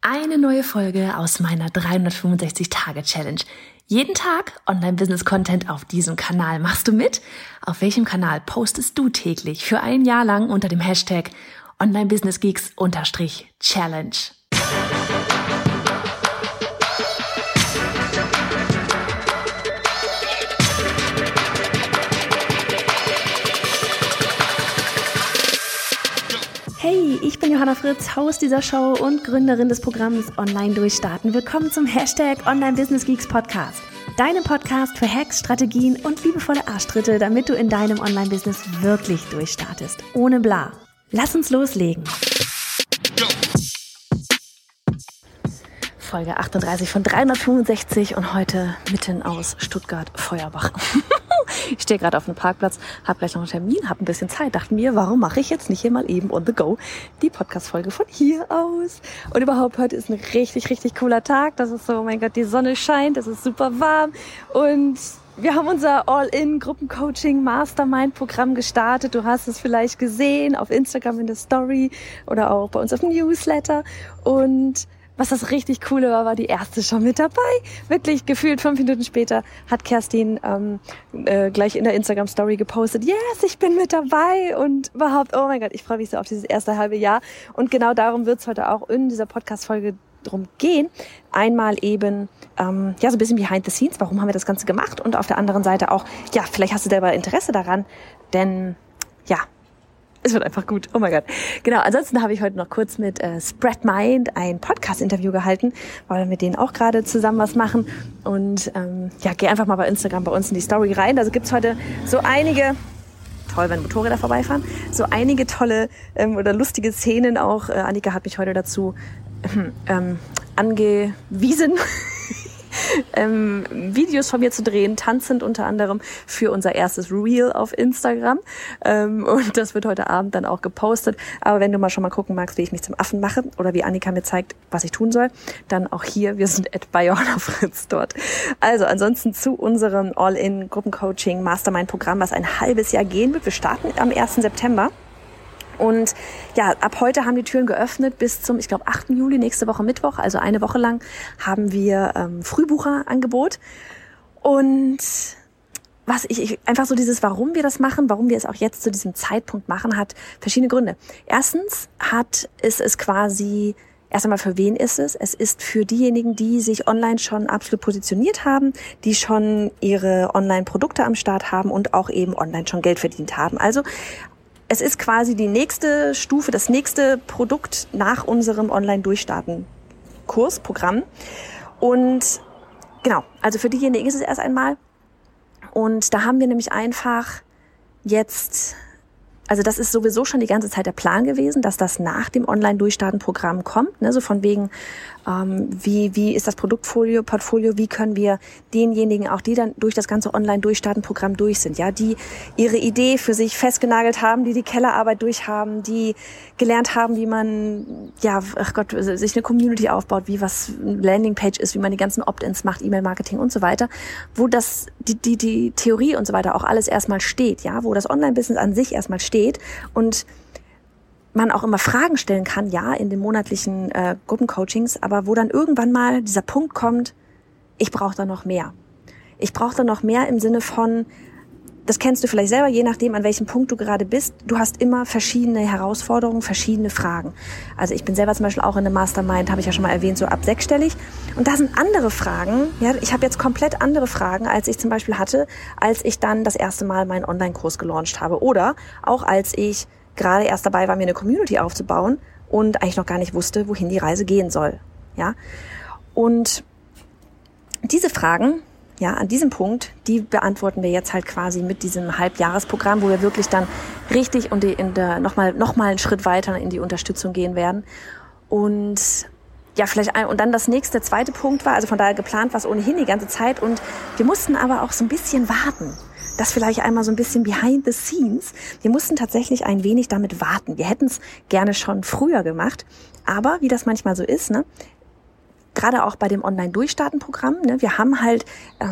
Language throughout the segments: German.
Eine neue Folge aus meiner 365-Tage-Challenge. Jeden Tag Online-Business-Content auf diesem Kanal. Machst du mit? Auf welchem Kanal postest du täglich für ein Jahr lang unter dem Hashtag Online-Business-Geeks_Challenge? Hey, ich bin Johanna Fritz, Host dieser Show und Gründerin des Programms Online Durchstarten. Willkommen zum Hashtag Online-Business-Geeks Podcast. Deinem Podcast für Hacks, Strategien und liebevolle Arschtritte, damit du in deinem Online-Business wirklich durchstartest. Ohne bla. Lass uns loslegen. Folge 38 von 365 und heute mitten aus Stuttgart-Feuerbach. Ich stehe gerade auf einem Parkplatz, habe gleich noch einen Termin, habe ein bisschen Zeit, dachte mir, warum mache ich jetzt nicht hier mal eben on the go die Podcast-Folge von hier aus? Und überhaupt, heute ist ein richtig, richtig cooler Tag. Das ist so, oh mein Gott, die Sonne scheint, es ist super warm und wir haben unser All-in-Gruppencoaching-Mastermind-Programm gestartet. Du hast es vielleicht gesehen auf Instagram in der Story oder auch bei uns auf dem Newsletter. Und was das richtig Coole war die erste schon mit dabei. Wirklich gefühlt 5 Minuten später hat Kerstin gleich in der Instagram-Story gepostet, yes, ich bin mit dabei und überhaupt, oh mein Gott, ich freue mich so auf dieses erste halbe Jahr. Und genau darum wird es heute auch in dieser Podcast-Folge drum gehen. Einmal eben, so ein bisschen behind the scenes, warum haben wir das Ganze gemacht? Und auf der anderen Seite auch, ja, vielleicht hast du selber Interesse daran, denn, ja, es wird einfach gut. Oh mein Gott. Genau, ansonsten habe ich heute noch kurz mit Spread Mind ein Podcast-Interview gehalten, weil wir mit denen auch gerade zusammen was machen. Und geh einfach mal bei Instagram bei uns in die Story rein. Also gibt's heute so einige, toll, wenn Motorräder vorbeifahren, so einige tolle oder lustige Szenen auch. Annika hat mich heute dazu angewiesen, Videos von mir zu drehen, tanzend unter anderem für unser erstes Reel auf Instagram. Und das wird heute Abend dann auch gepostet. Aber wenn du mal schon mal gucken magst, wie ich mich zum Affen mache oder wie Annika mir zeigt, was ich tun soll, dann auch hier, wir sind bei Johanna Fritz dort. Also ansonsten zu unserem All-in-Gruppencoaching Mastermind-Programm, was ein halbes Jahr gehen wird. Wir starten am 1. September. Und ja, ab heute haben die Türen geöffnet bis zum, 8. Juli, nächste Woche Mittwoch, also eine Woche lang haben wir Frühbucherangebot. Und was ich einfach so dieses, warum wir das machen, warum wir es auch jetzt zu diesem Zeitpunkt machen, hat verschiedene Gründe. Erstens ist es quasi, erst einmal für wen ist es? Es ist für diejenigen, die sich online schon absolut positioniert haben, die schon ihre Online-Produkte am Start haben und auch eben online schon Geld verdient haben. Also es ist quasi die nächste Stufe, das nächste Produkt nach unserem Online-Durchstarten-Kurs, Programm. Und genau, also für diejenigen ist es erst einmal. Und da haben wir nämlich einfach jetzt, also das ist sowieso schon die ganze Zeit der Plan gewesen, dass das nach dem Online-Durchstarten-Programm kommt, ne, so von wegen, wie ist das Portfolio, wie können wir denjenigen auch, die dann durch das ganze Online-Durchstarten-Programm durch sind, ja, die ihre Idee für sich festgenagelt haben, die Kellerarbeit durchhaben, die gelernt haben, wie man, sich eine Community aufbaut, wie was eine Landingpage ist, wie man die ganzen Opt-ins macht, E-Mail-Marketing und so weiter, wo das, die Theorie und so weiter auch alles erstmal steht, ja, wo das Online-Business an sich erstmal steht und man auch immer Fragen stellen kann, ja, in den monatlichen Gruppencoachings, aber wo dann irgendwann mal dieser Punkt kommt, ich brauche da noch mehr. Ich brauche da noch mehr im Sinne von, das kennst du vielleicht selber, je nachdem, an welchem Punkt du gerade bist, du hast immer verschiedene Herausforderungen, verschiedene Fragen. Also ich bin selber zum Beispiel auch in einem Mastermind, habe ich ja schon mal erwähnt, so ab 6-stellig. Und da sind andere Fragen, ja, ich habe jetzt komplett andere Fragen, als ich zum Beispiel hatte, als ich dann das erste Mal meinen Online-Kurs gelauncht habe. Oder auch als ich gerade erst dabei war, mir eine Community aufzubauen und eigentlich noch gar nicht wusste, wohin die Reise gehen soll. Ja? Und diese Fragen, ja, an diesem Punkt, die beantworten wir jetzt halt quasi mit diesem Halbjahresprogramm, wo wir wirklich dann richtig und nochmal einen Schritt weiter in die Unterstützung gehen werden. Und ja, und dann das nächste, der zweite Punkt war, also von daher geplant war es ohnehin die ganze Zeit und wir mussten aber auch so ein bisschen warten. Das vielleicht einmal so ein bisschen behind the scenes. Wir mussten tatsächlich ein wenig damit warten. Wir hätten es gerne schon früher gemacht, aber wie das manchmal so ist, ne, gerade auch bei dem Online-Durchstarten-Programm, ne, wir haben halt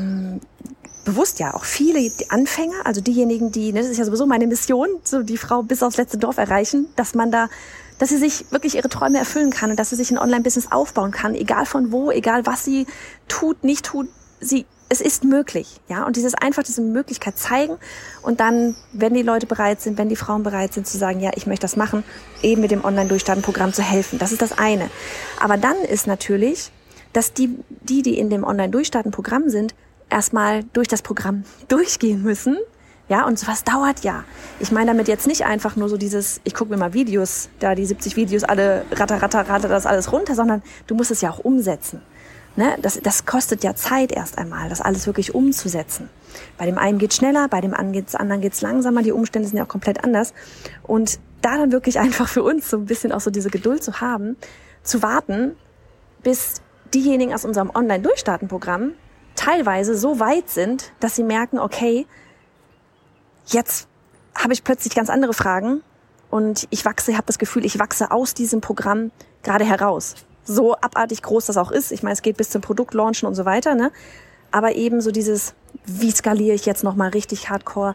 bewusst ja auch viele die Anfänger, also diejenigen, die, ne, das ist ja sowieso meine Mission, so die Frau bis aufs letzte Dorf erreichen, dass man da dass sie sich wirklich ihre Träume erfüllen kann und dass sie sich ein Online-Business aufbauen kann, egal von wo, egal was sie tut, nicht tut, es ist möglich, ja, und diese Möglichkeit zeigen und dann, wenn die Leute bereit sind, wenn die Frauen bereit sind zu sagen, ja, ich möchte das machen, eben mit dem Online-Durchstarten-Programm zu helfen. Das ist das eine. Aber dann ist natürlich, dass die in dem Online-Durchstarten-Programm sind, erstmal durch das Programm durchgehen müssen, ja, und sowas dauert ja. Ich meine damit jetzt nicht einfach nur so dieses, ich gucke mir mal Videos, da die 70 Videos alle ratter das alles runter, sondern du musst es ja auch umsetzen. Ne? Das kostet ja Zeit erst einmal, das alles wirklich umzusetzen. Bei dem einen geht's schneller, bei dem anderen geht's langsamer, die Umstände sind ja auch komplett anders. Und da dann wirklich einfach für uns so ein bisschen auch so diese Geduld zu haben, zu warten, bis diejenigen aus unserem Online-Durchstarten-Programm teilweise so weit sind, dass sie merken, okay, jetzt habe ich plötzlich ganz andere Fragen und ich habe das Gefühl, ich wachse aus diesem Programm gerade heraus. So abartig groß das auch ist. Ich meine, es geht bis zum Produktlaunchen und so weiter, ne? Aber eben so dieses, wie skaliere ich jetzt nochmal richtig hardcore?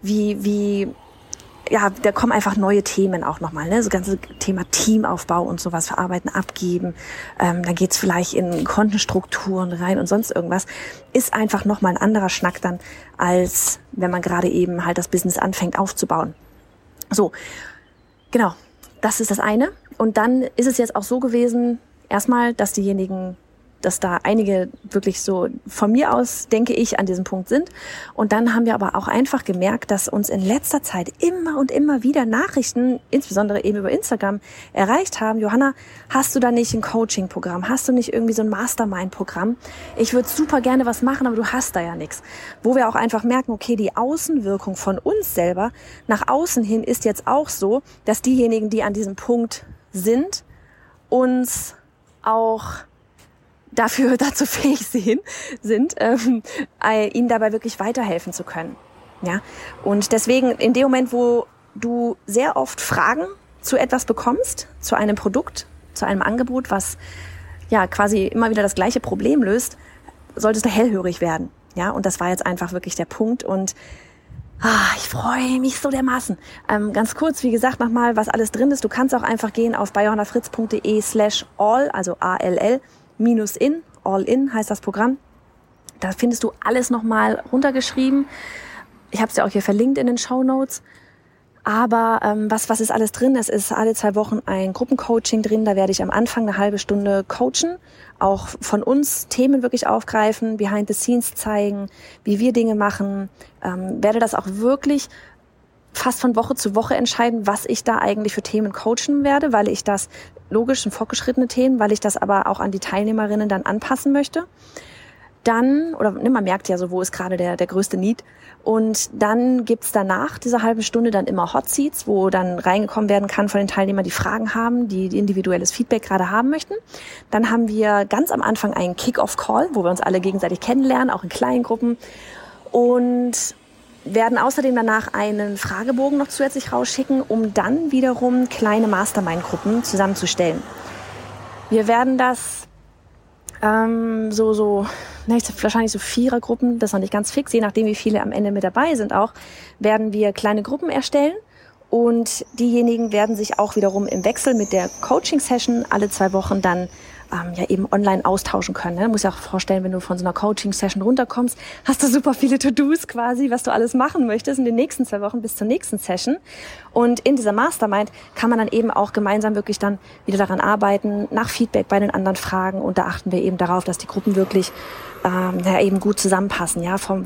Da kommen einfach neue Themen auch nochmal, ne? So ganze Thema Teamaufbau und sowas, verarbeiten, abgeben. Dann geht's vielleicht in Kontenstrukturen rein und sonst irgendwas. Ist einfach nochmal ein anderer Schnack dann, als wenn man gerade eben halt das Business anfängt aufzubauen. So, genau, das ist das eine. Und dann ist es jetzt auch so gewesen, erstmal, dass da einige wirklich so von mir aus, denke ich, an diesem Punkt sind. Und dann haben wir aber auch einfach gemerkt, dass uns in letzter Zeit immer und immer wieder Nachrichten, insbesondere eben über Instagram, erreicht haben. Johanna, hast du da nicht ein Coaching-Programm? Hast du nicht irgendwie so ein Mastermind-Programm? Ich würde super gerne was machen, aber du hast da ja nichts. Wo wir auch einfach merken, okay, die Außenwirkung von uns selber nach außen hin ist jetzt auch so, dass diejenigen, die an diesem Punkt sind, uns auch dazu fähig sind, ihnen dabei wirklich weiterhelfen zu können. Ja? Und deswegen in dem Moment, wo du sehr oft Fragen zu etwas bekommst, zu einem Produkt, zu einem Angebot, was ja quasi immer wieder das gleiche Problem löst, solltest du hellhörig werden. Ja? Und das war jetzt einfach wirklich der Punkt und ich freue mich so dermaßen. Ganz kurz, wie gesagt, nochmal, was alles drin ist. Du kannst auch einfach gehen auf byjohannafritz.de/all, also ALL, -in, all in heißt das Programm. Da findest du alles nochmal runtergeschrieben. Ich habe es ja auch hier verlinkt in den Shownotes. Aber was ist alles drin? Es ist alle 2 Wochen ein Gruppencoaching drin. Da werde ich am Anfang eine halbe Stunde coachen, auch von uns Themen wirklich aufgreifen, behind the scenes zeigen, wie wir Dinge machen. Werde das auch wirklich fast von Woche zu Woche entscheiden, was ich da eigentlich für Themen coachen werde, weil ich das, logisch, sind fortgeschrittene Themen, weil ich das aber auch an die Teilnehmerinnen dann anpassen möchte. Dann, man merkt ja so, wo ist gerade der größte Need. Und dann gibt's danach dieser halben Stunde dann immer Hot Seats, wo dann reingekommen werden kann von den Teilnehmern, die Fragen haben, die individuelles Feedback gerade haben möchten. Dann haben wir ganz am Anfang einen Kick-Off-Call, wo wir uns alle gegenseitig kennenlernen, auch in kleinen Gruppen. Und werden außerdem danach einen Fragebogen noch zusätzlich rausschicken, um dann wiederum kleine Mastermind-Gruppen zusammenzustellen. Wir werden das wahrscheinlich so 4er-Gruppen, das ist noch nicht ganz fix, je nachdem wie viele am Ende mit dabei sind auch, werden wir kleine Gruppen erstellen und diejenigen werden sich auch wiederum im Wechsel mit der Coaching-Session alle 2 Wochen dann eben online austauschen können. Ne? Du musst dir auch vorstellen, wenn du von so einer Coaching-Session runterkommst, hast du super viele To-Dos quasi, was du alles machen möchtest in den nächsten 2 Wochen bis zur nächsten Session. Und in dieser Mastermind kann man dann eben auch gemeinsam wirklich dann wieder daran arbeiten, nach Feedback bei den anderen Fragen. Und da achten wir eben darauf, dass die Gruppen wirklich eben gut zusammenpassen, ja, von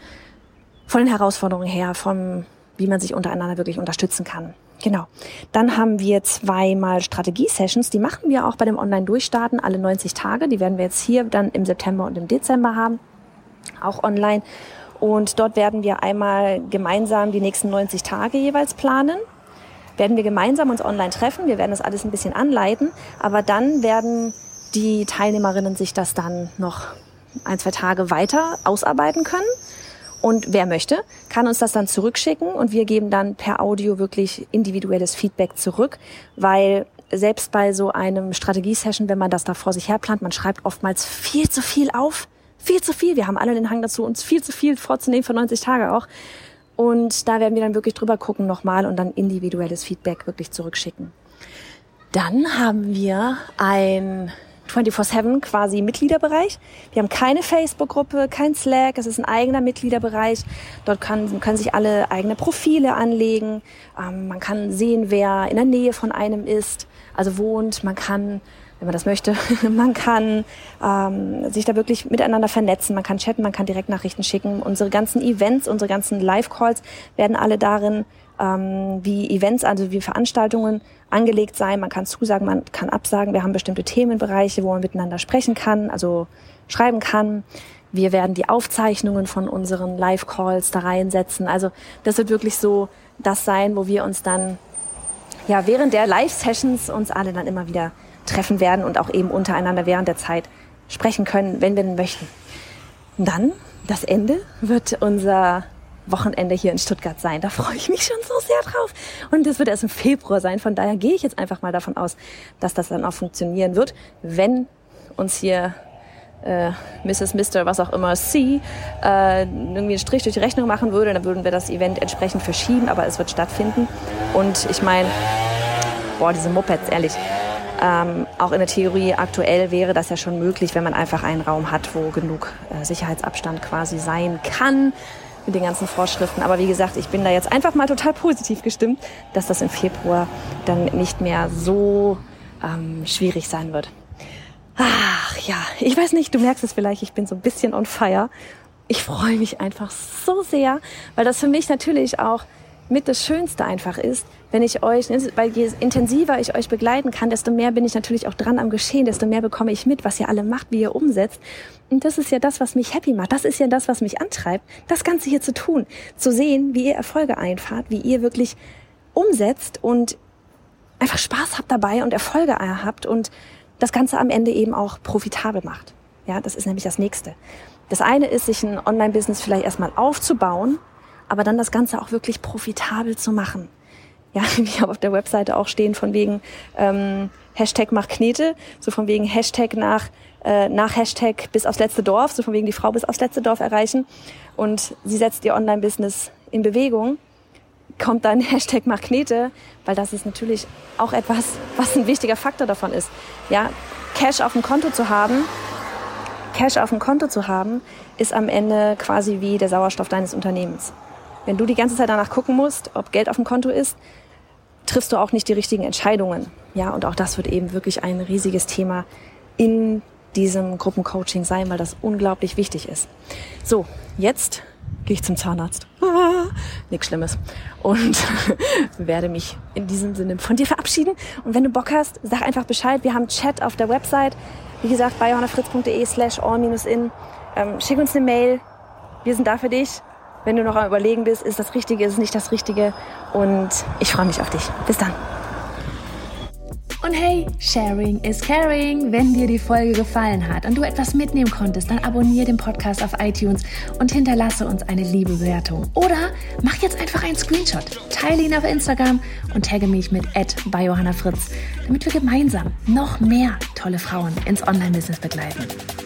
den Herausforderungen her, wie man sich untereinander wirklich unterstützen kann. Genau. Dann haben wir 2-mal Strategie-Sessions, die machen wir auch bei dem Online-Durchstarten alle 90 Tage. Die werden wir jetzt hier dann im September und im Dezember haben, auch online. Und dort werden wir einmal gemeinsam die nächsten 90 Tage jeweils planen. Werden wir gemeinsam uns online treffen, wir werden das alles ein bisschen anleiten, aber dann werden die Teilnehmerinnen sich das dann noch 1-2 Tage weiter ausarbeiten können. Und wer möchte, kann uns das dann zurückschicken und wir geben dann per Audio wirklich individuelles Feedback zurück, weil selbst bei so einem Strategie-Session, wenn man das da vor sich her plant, man schreibt oftmals viel zu viel auf, viel zu viel. Wir haben alle den Hang dazu, uns viel zu viel vorzunehmen für 90 Tage auch. Und da werden wir dann wirklich drüber gucken nochmal und dann individuelles Feedback wirklich zurückschicken. Dann haben wir ein 24/7 quasi Mitgliederbereich. Wir haben keine Facebook-Gruppe, kein Slack, es ist ein eigener Mitgliederbereich. Dort können sich alle eigene Profile anlegen. Man kann sehen, wer in der Nähe von einem ist, also wohnt. Man kann, wenn man das möchte, man kann sich da wirklich miteinander vernetzen. Man kann chatten, man kann Direktnachrichten schicken. Unsere ganzen Events, unsere ganzen Live-Calls werden alle darin wie Events, also wie Veranstaltungen angelegt sein. Man kann zusagen, man kann absagen. Wir haben bestimmte Themenbereiche, wo man miteinander sprechen kann, also schreiben kann. Wir werden die Aufzeichnungen von unseren Live-Calls da reinsetzen. Also das wird wirklich so das sein, wo wir uns dann ja während der Live-Sessions uns alle dann immer wieder treffen werden und auch eben untereinander während der Zeit sprechen können, wenn wir denn möchten. Und dann, das Ende, wird unser Wochenende hier in Stuttgart sein. Da freue ich mich schon so sehr drauf. Und das wird erst im Februar sein. Von daher gehe ich jetzt einfach mal davon aus, dass das dann auch funktionieren wird, wenn uns hier Mrs., Mr., was auch immer, C, irgendwie einen Strich durch die Rechnung machen würde, dann würden wir das Event entsprechend verschieben, aber es wird stattfinden. Und ich meine, diese Mopeds, ehrlich, auch in der Theorie aktuell wäre das ja schon möglich, wenn man einfach einen Raum hat, wo genug Sicherheitsabstand quasi sein kann mit den ganzen Vorschriften. Aber wie gesagt, ich bin da jetzt einfach mal total positiv gestimmt, dass das im Februar dann nicht mehr so schwierig sein wird. Ach ja, ich weiß nicht, du merkst es vielleicht, ich bin so ein bisschen on fire. Ich freue mich einfach so sehr, weil das für mich natürlich auch mit das Schönste einfach ist, wenn ich euch, weil je intensiver ich euch begleiten kann, desto mehr bin ich natürlich auch dran am Geschehen, desto mehr bekomme ich mit, was ihr alle macht, wie ihr umsetzt. Und das ist ja das, was mich happy macht. Das ist ja das, was mich antreibt, das Ganze hier zu tun. Zu sehen, wie ihr Erfolge einfahrt, wie ihr wirklich umsetzt und einfach Spaß habt dabei und Erfolge habt und das Ganze am Ende eben auch profitabel macht. Ja, das ist nämlich das Nächste. Das eine ist, sich ein Online-Business vielleicht erstmal aufzubauen, aber dann das Ganze auch wirklich profitabel zu machen. Ja, wie auf der Webseite auch stehen von wegen Hashtag mach Knete, so von wegen Hashtag nach Hashtag bis aufs letzte Dorf, so von wegen die Frau bis aufs letzte Dorf erreichen. Und sie setzt ihr Online-Business in Bewegung, kommt dann Hashtag mach Knete, weil das ist natürlich auch etwas, was ein wichtiger Faktor davon ist. Ja, Cash auf dem Konto zu haben, ist am Ende quasi wie der Sauerstoff deines Unternehmens. Wenn du die ganze Zeit danach gucken musst, ob Geld auf dem Konto ist, triffst du auch nicht die richtigen Entscheidungen. Ja, und auch das wird eben wirklich ein riesiges Thema in diesem Gruppencoaching sein, weil das unglaublich wichtig ist. So, jetzt gehe ich zum Zahnarzt. Nichts Schlimmes. Und werde mich in diesem Sinne von dir verabschieden. Und wenn du Bock hast, sag einfach Bescheid. Wir haben Chat auf der Website. Wie gesagt, bei johannafritz.de/all-in. Schick uns eine Mail. Wir sind da für dich. Wenn du noch am Überlegen bist, ist das Richtige, ist es nicht das Richtige. Und ich freue mich auf dich. Bis dann. Und hey, Sharing is Caring. Wenn dir die Folge gefallen hat und du etwas mitnehmen konntest, dann abonniere den Podcast auf iTunes und hinterlasse uns eine liebe Bewertung. Oder mach jetzt einfach einen Screenshot, teile ihn auf Instagram und tagge mich mit @byjohannafritz, damit wir gemeinsam noch mehr tolle Frauen ins Online-Business begleiten.